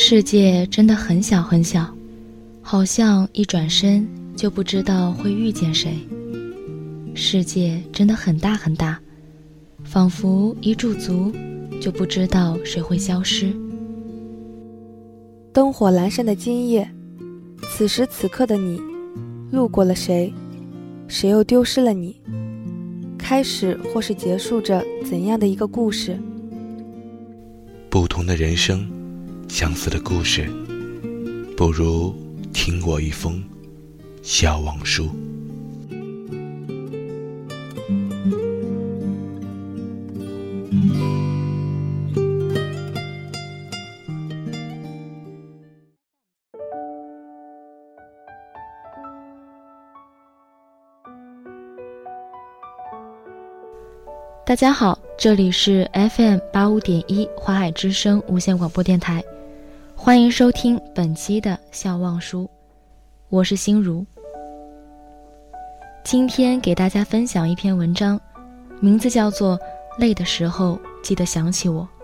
世界真的很小很小，好像一转身就不知道会遇见谁。世界真的很大很大，仿佛一驻足就不知道谁会消失。 灯火阑珊的今夜，此时此刻的你路过了谁，谁又丢失了你？开始或是结束着怎样的一个故事？ 不同的人生，相似的故事，不如听我一封笑忘书。 大家好，这里是 FM85.1 华海之声无线广播电台，欢迎收听本期的笑忘书，我是心如。今天给大家分享一篇文章，名字叫做累的时候记得想起我。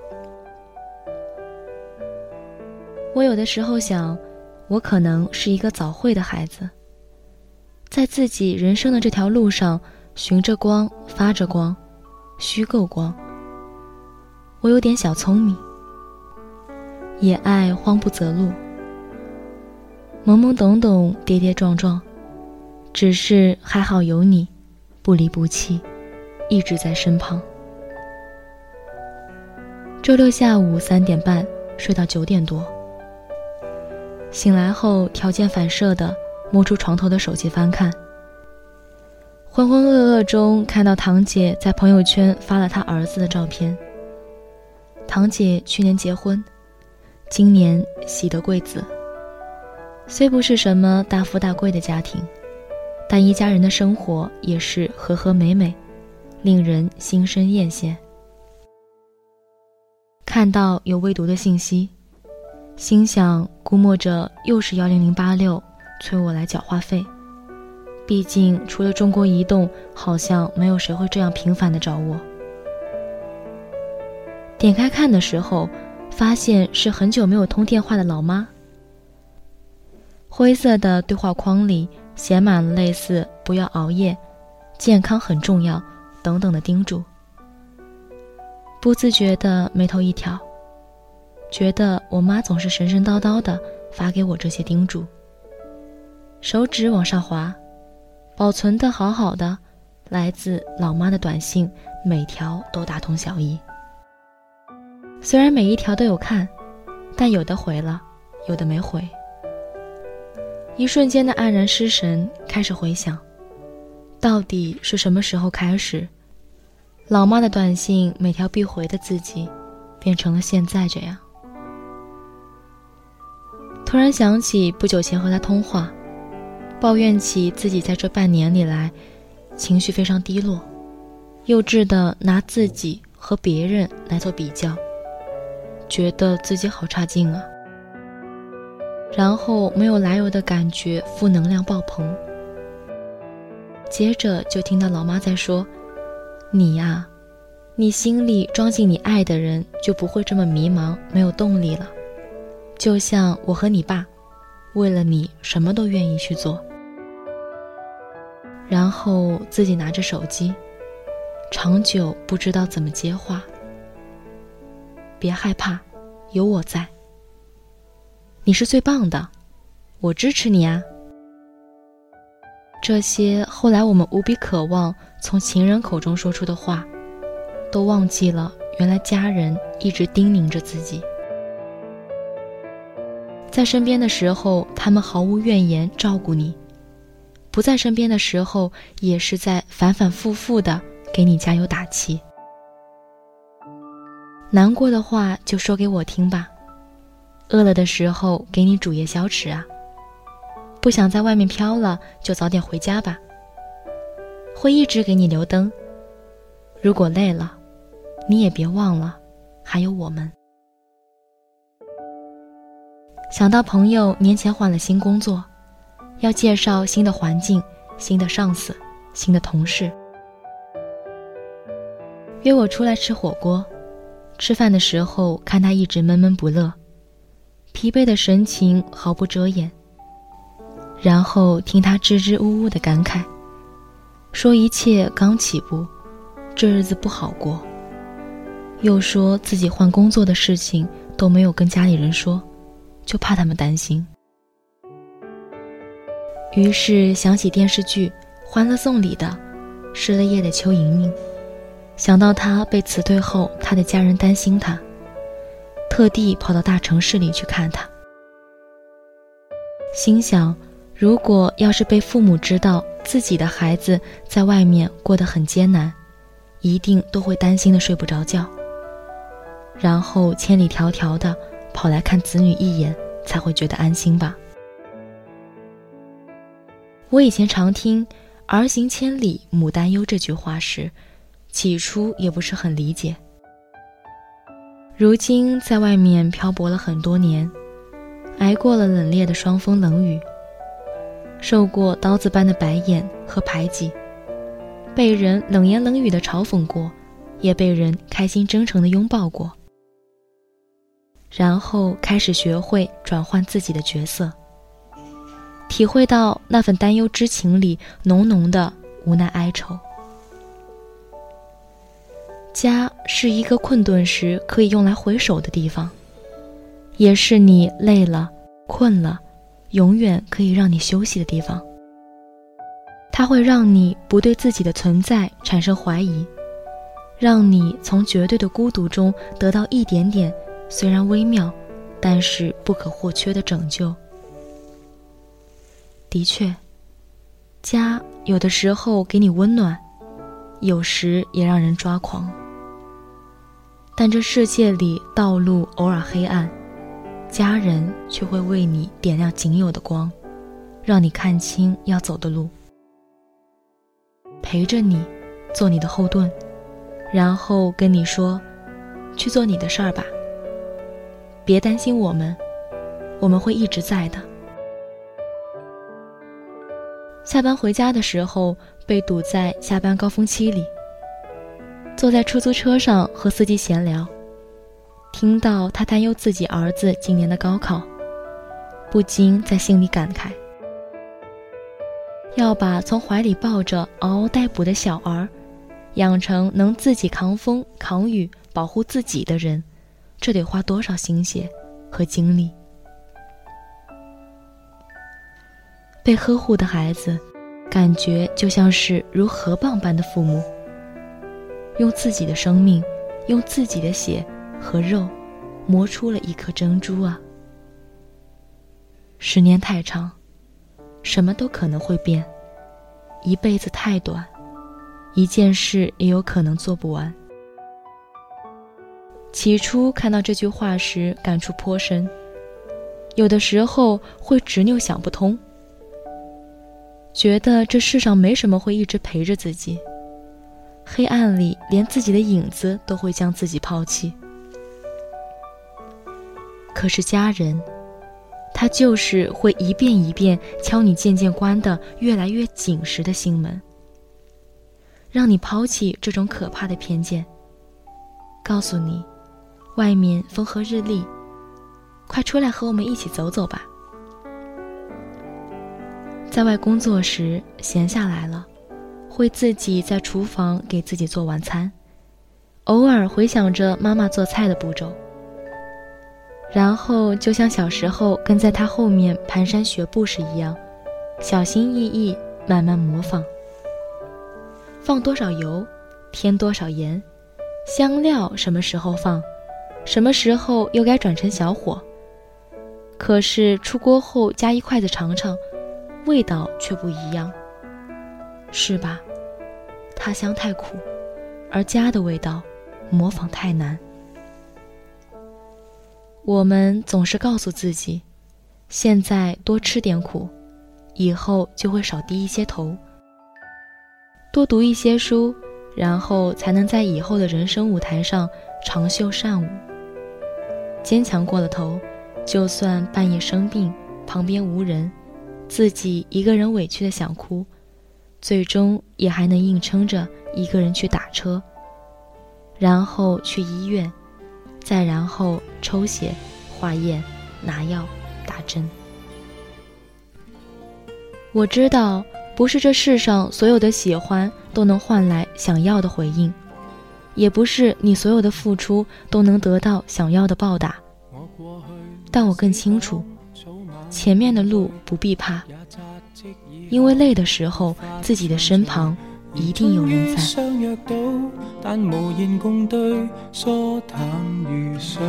我有的时候想，我可能是一个早慧的孩子，在自己人生的这条路上寻着光，发着光，虚构光。我有点小聪明，也爱慌不择路，懵懵懂懂，跌跌撞撞，只是还好有你，不离不弃，一直在身旁。周六下午3点半睡到9点多，醒来后条件反射地摸出床头的手机翻看，浑浑噩噩中看到堂姐在朋友圈发了她儿子的照片。堂姐去年结婚，今年喜得贵子。虽不是什么大富大贵的家庭，但一家人的生活也是和和美美，令人心生艳羡。看到有未读的信息，心想估摸着又是10086催我来缴话费，毕竟除了中国移动，好像没有谁会这样频繁地找我。点开看的时候，发现是很久没有通电话的老妈。灰色的对话框里写满了类似不要熬夜、健康很重要等等的叮嘱。不自觉地眉头一挑，觉得我妈总是神神叨叨地发给我这些叮嘱。手指往上滑，保存得好好的，来自老妈的短信，每条都大同小异。虽然每一条都有看，但有的回了，有的没回。一瞬间的黯然失神，开始回想，到底是什么时候开始，老妈的短信每条必回的自己，变成了现在这样。突然想起不久前和她通话，抱怨起自己在这半年里来情绪非常低落，幼稚的拿自己和别人来做比较，觉得自己好差劲啊。然后没有来由的感觉负能量爆棚，接着就听到老妈在说，你呀，你心里装进你爱的人，就不会这么迷茫没有动力了，就像我和你爸，为了你什么都愿意去做。然后自己拿着手机，长久不知道怎么接话。别害怕，有我在，你是最棒的，我支持你啊。这些后来我们无比渴望从情人口中说出的话，都忘记了原来家人一直叮咛着自己。在身边的时候，他们毫无怨言照顾你，不在身边的时候，也是在反反复复地给你加油打气。难过的话就说给我听吧，饿了的时候给你煮夜宵吃啊，不想在外面飘了就早点回家吧，会一直给你留灯。如果累了，你也别忘了还有我们。想到朋友年前换了新工作，要介绍新的环境、新的上司、新的同事，约我出来吃火锅。吃饭的时候看他一直闷闷不乐， 疲惫的神情毫不遮掩，然后听他支支吾吾的感慨，说一切刚起步，这日子不好过，又说自己换工作的事情都没有跟家里人说，就怕他们担心。于是想起电视剧《欢乐颂》里的失了业的邱莹莹，想到她被辞退后，她的家人担心她，特地跑到大城市里去看她。心想，如果要是被父母知道自己的孩子在外面过得很艰难，一定都会担心的睡不着觉，然后千里迢迢的跑来看子女一眼，才会觉得安心吧。我以前常听儿行千里母担忧这句话时，起初也不是很理解。如今在外面漂泊了很多年，挨过了冷冽的霜风冷雨，受过刀子般的白眼和排挤，被人冷言冷语的嘲讽过，也被人开心真诚的拥抱过，然后开始学会转换自己的角色，体会到那份担忧之情里浓浓的无奈哀愁。家是一个困顿时可以用来回首的地方，也是你累了困了永远可以让你休息的地方。它会让你不对自己的存在产生怀疑，让你从绝对的孤独中得到一点点虽然微妙但是不可或缺的拯救。的确，家有的时候给你温暖，有时也让人抓狂。但这世界里道路偶尔黑暗，家人却会为你点亮仅有的光，让你看清要走的路，陪着你，做你的后盾，然后跟你说，去做你的事儿吧，别担心我们会一直在的。下班回家的时候，被堵在下班高峰期里，坐在出租车上和司机闲聊，听到他担忧自己儿子今年的高考，不禁在心里感慨，要把从怀里抱着嗷嗷待哺的小儿养成能自己扛风扛雨保护自己的人，这得花多少心血和精力。被呵护的孩子，感觉就像是如河蚌般的父母，用自己的生命，用自己的血和肉磨出了一颗珍珠啊。10年太长，什么都可能会变，一辈子太短，一件事也有可能做不完。起初看到这句话时感触颇深，有的时候会执拗想不通，觉得这世上没什么会一直陪着自己，黑暗里连自己的影子都会将自己抛弃。可是家人，他就是会一遍一遍敲你渐渐关得越来越紧实的心门，让你抛弃这种可怕的偏见，告诉你外面风和日丽，快出来和我们一起走走吧。在外工作时闲下来了，会自己在厨房给自己做晚餐，偶尔回想着妈妈做菜的步骤，然后就像小时候跟在她后面蹒跚学步时一样，小心翼翼慢慢模仿，放多少油，添多少盐，香料什么时候放，什么时候又该转成小火。可是出锅后夹一筷子尝尝，味道却不一样，是吧？他乡太苦，而家的味道模仿太难。我们总是告诉自己，现在多吃点苦，以后就会少低一些头，多读一些书，然后才能在以后的人生舞台上长袖善舞。坚强过了头，就算半夜生病，旁边无人，自己一个人委屈的想哭，最终也还能硬撑着一个人去打车，然后去医院，再然后抽血化验拿药打针。我知道，不是这世上所有的喜欢都能换来想要的回应，也不是你所有的付出都能得到想要的报答。但我更清楚，前面的路不必怕，因为累的时候，自己的身旁一定有人在。 相約到，但無言共對，疏淡如水。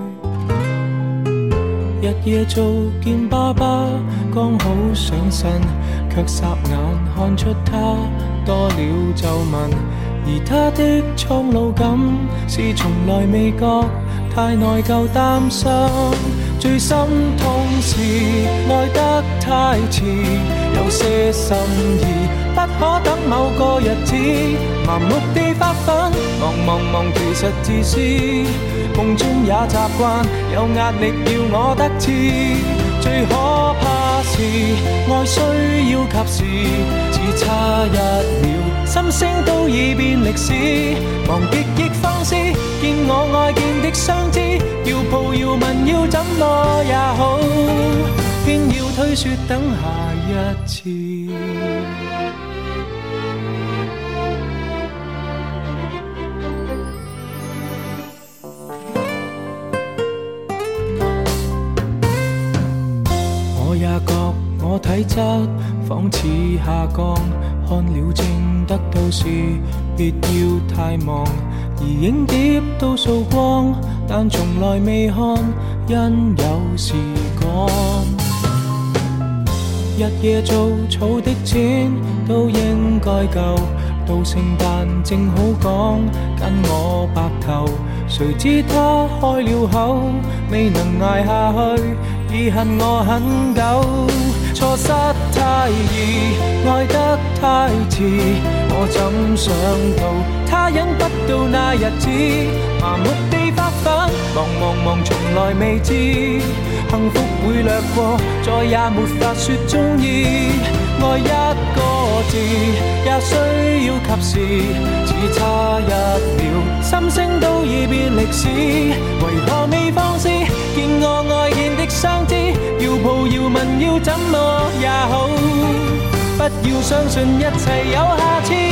日夜做見爸爸，剛好上身，卻霎眼看出他多了皺紋，而他的蒼老感是從來未覺，太內疚擔心。最心痛是愛得太遲，有些心意不可等某個日子，盲目地發奮，忙其實自私，夢中也習慣有壓力要我得志，最可怕是愛需要及時，只差一秒心聲都已變歷史，忙極亦放肆，見我愛見的相知，要抱要問要怎麼也好，偏要推說等下一次。我也覺我體質仿似下降，看了症得到時別要太忙，而影碟都掃光，但從來未看，因有時趕。日夜做草的錢都應該夠，到聖誕正好講跟我白頭，誰知他開了口，未能捱下去，已恨我很久。錯失太易，愛得太遲，我怎想到他忍不到那日子，麻木地發奮，忙從來未知，幸福會掠過，再也沒法說中意。愛一個字也需要及時，只差一秒心聲都已變歷史，為何未放肆？見我愛見的相知，要抱要問要怎麼也好，不要相信一切有下次，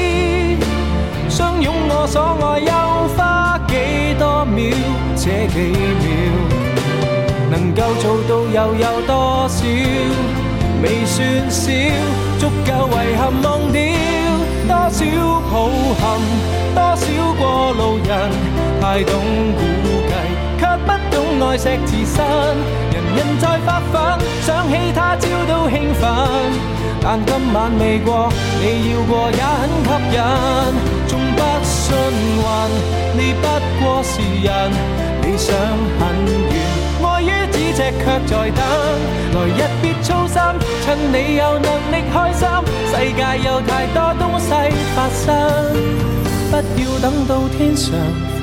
相擁我所愛又花幾多秒，這幾秒能夠做到又有多少？未算少，足夠遺憾忘掉多少抱憾，多少過路人，太懂估計，卻不懂愛惜自身。人在發奮，想起他朝都興奮，但今晚未過，你要過也很吸引。縱不信運，你不過是人，理想很遠，愛於咫尺卻在等。來日別操心，趁你有能力開心，世界有太多東西發生，不要等到天上